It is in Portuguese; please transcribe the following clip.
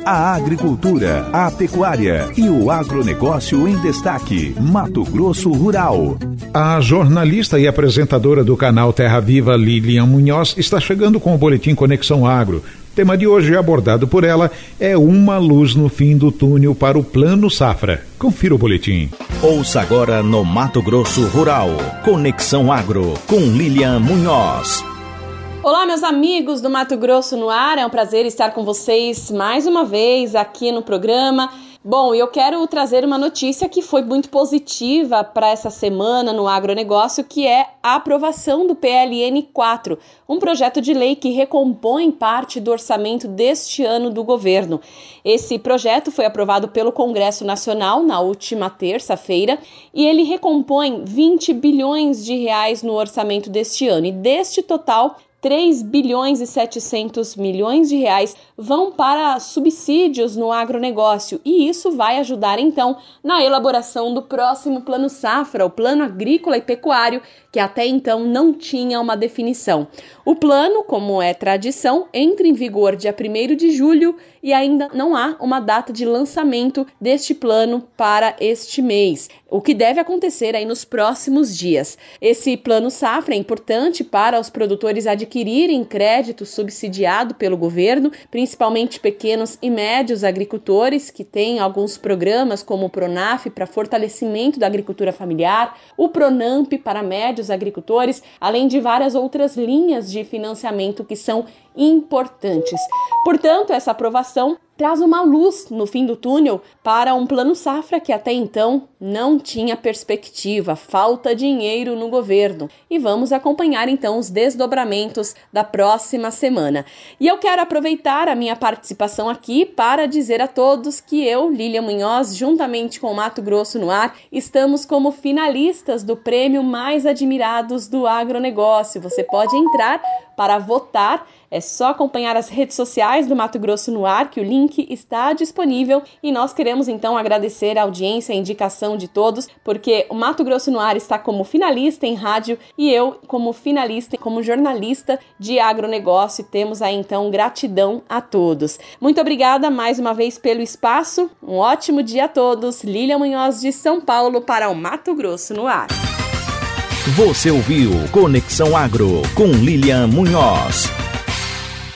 A agricultura, a pecuária e o agronegócio em destaque. Mato Grosso Rural. A jornalista e apresentadora do canal Terra Viva, Lilian Munhoz, está chegando com o boletim Conexão Agro. O tema de hoje, abordado por ela, é uma luz no fim do túnel para o Plano Safra. Confira o boletim. Ouça agora no Mato Grosso Rural. Conexão Agro, com Lilian Munhoz. Olá, meus amigos do Mato Grosso no ar. É um prazer estar com vocês mais uma vez aqui no programa. Bom, eu quero trazer uma notícia que foi muito positiva para essa semana no agronegócio, que é a aprovação do PLN 4, um projeto de lei que recompõe parte do orçamento deste ano do governo. Esse projeto foi aprovado pelo Congresso Nacional na última terça-feira e ele recompõe 20 bilhões de reais no orçamento deste ano. E deste total, 3 bilhões e 700 milhões de reais vão para subsídios no agronegócio e isso vai ajudar então na elaboração do próximo Plano Safra, o Plano Agrícola e Pecuário, que até então não tinha uma definição. O plano, como é tradição, entra em vigor dia 1º de julho e ainda não há uma data de lançamento deste plano para este mês, o que deve acontecer aí nos próximos dias. Esse Plano Safra é importante para os produtores adquirirem crédito subsidiado pelo governo, principalmente pequenos e médios agricultores, que têm alguns programas como o Pronaf para fortalecimento da agricultura familiar, o Pronamp para médios agricultores, além de várias outras linhas de financiamento que são importantes. Portanto, essa aprovação traz uma luz no fim do túnel para um Plano Safra que até então não tinha perspectiva, falta dinheiro no governo. E vamos acompanhar então os desdobramentos da próxima semana. E eu quero aproveitar a minha participação aqui para dizer a todos que eu, Lilian Munhoz, juntamente com o Mato Grosso no Ar, estamos como finalistas do prêmio Mais Admirados do Agronegócio. Você pode entrar para votar. É só acompanhar as redes sociais do Mato Grosso no Ar, que o link está disponível. E nós queremos então agradecer a audiência e a indicação de todos, porque o Mato Grosso no Ar está como finalista em rádio e eu como finalista, como jornalista de agronegócio. Temos aí então gratidão a todos. Muito obrigada mais uma vez pelo espaço. Um ótimo dia a todos. Lilian Munhoz de São Paulo para o Mato Grosso no Ar. Você ouviu Conexão Agro com Lilian Munhoz.